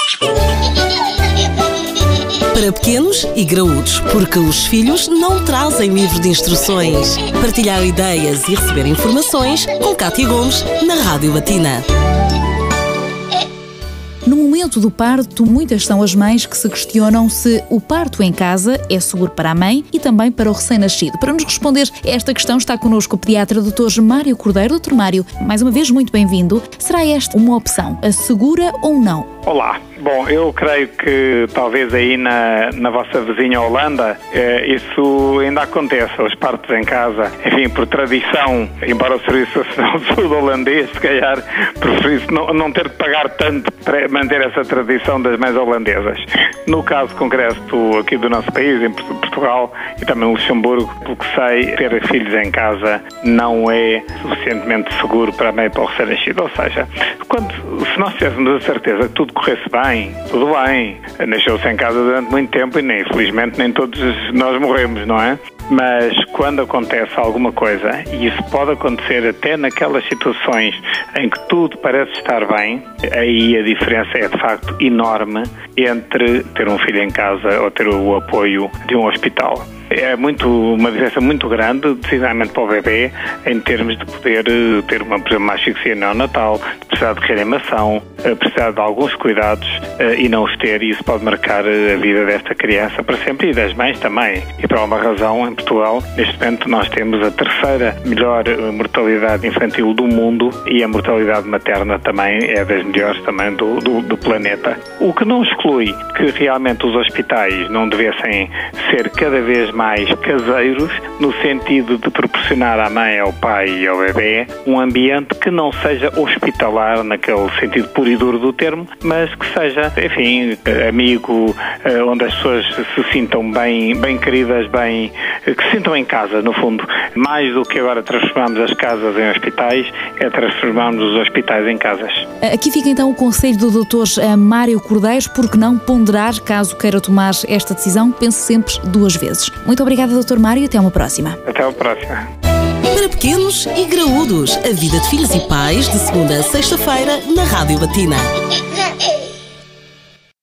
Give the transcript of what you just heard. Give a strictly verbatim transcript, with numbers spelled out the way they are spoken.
Para pequenos e graúdos, porque os filhos não trazem livro de instruções. Partilhar ideias e receber informações com Cátia Gomes na Rádio Batina. No momento do parto, muitas são as mães que se questionam se o parto em casa é seguro para a mãe e também para o recém-nascido. Para nos responder a esta questão está connosco o pediatra doutor Mário Cordeiro. doutor Mário, mais uma vez muito bem-vindo. Será esta uma opção, a segura ou não? Olá. Bom, eu creio que talvez aí na, na vossa vizinha Holanda eh, isso ainda aconteça, os partos em casa. Enfim, por tradição, embora o Serviço Nacional de Saúde holandês, se calhar, preferisse não, não ter que pagar tanto para manter essa tradição das mães holandesas. No caso concreto aqui do nosso país, em Portugal e também no Luxemburgo, pelo que sei, ter filhos em casa não é suficientemente seguro para a mãe e para o recém-nascido. Ou seja, quando, se nós tivéssemos a certeza que tudo corresse bem, tudo bem. Nasceu-se em casa durante muito tempo e, nem, infelizmente, nem todos nós morremos, não é? Mas quando acontece alguma coisa, e isso pode acontecer até naquelas situações em que tudo parece estar bem, aí a diferença é de facto enorme entre ter um filho em casa ou ter o apoio de um hospital. É muito, uma diferença muito grande, decididamente para o bebê, em termos de poder ter uma, por exemplo, uma asfixia neonatal, precisar de reanimação, precisar de alguns cuidados e não os ter, e isso pode marcar a vida desta criança para sempre e das mães também. E por alguma razão, em Portugal, neste momento nós temos a terceira melhor mortalidade infantil do mundo e a mortalidade materna também é das melhores também do, do, do planeta. O que não exclui que realmente os hospitais não devessem ser cada vez mais mais caseiros, no sentido de proporcionar à mãe, ao pai e ao bebê um ambiente que não seja hospitalar naquele sentido puro e duro do termo, mas que seja, enfim, amigo, onde as pessoas se sintam bem, bem queridas, bem, que se sintam em casa, no fundo. Mais do que agora transformarmos as casas em hospitais, é transformarmos os hospitais em casas. Aqui fica então o conselho do doutor Mário Cordeiro, porque não ponderar, caso queira tomar esta decisão, pense sempre duas vezes. Muito obrigada, doutor Mário, e até uma próxima. Até uma próxima. Para pequenos e graúdos, a vida de filhos e pais, de segunda a sexta-feira, na Rádio Batina.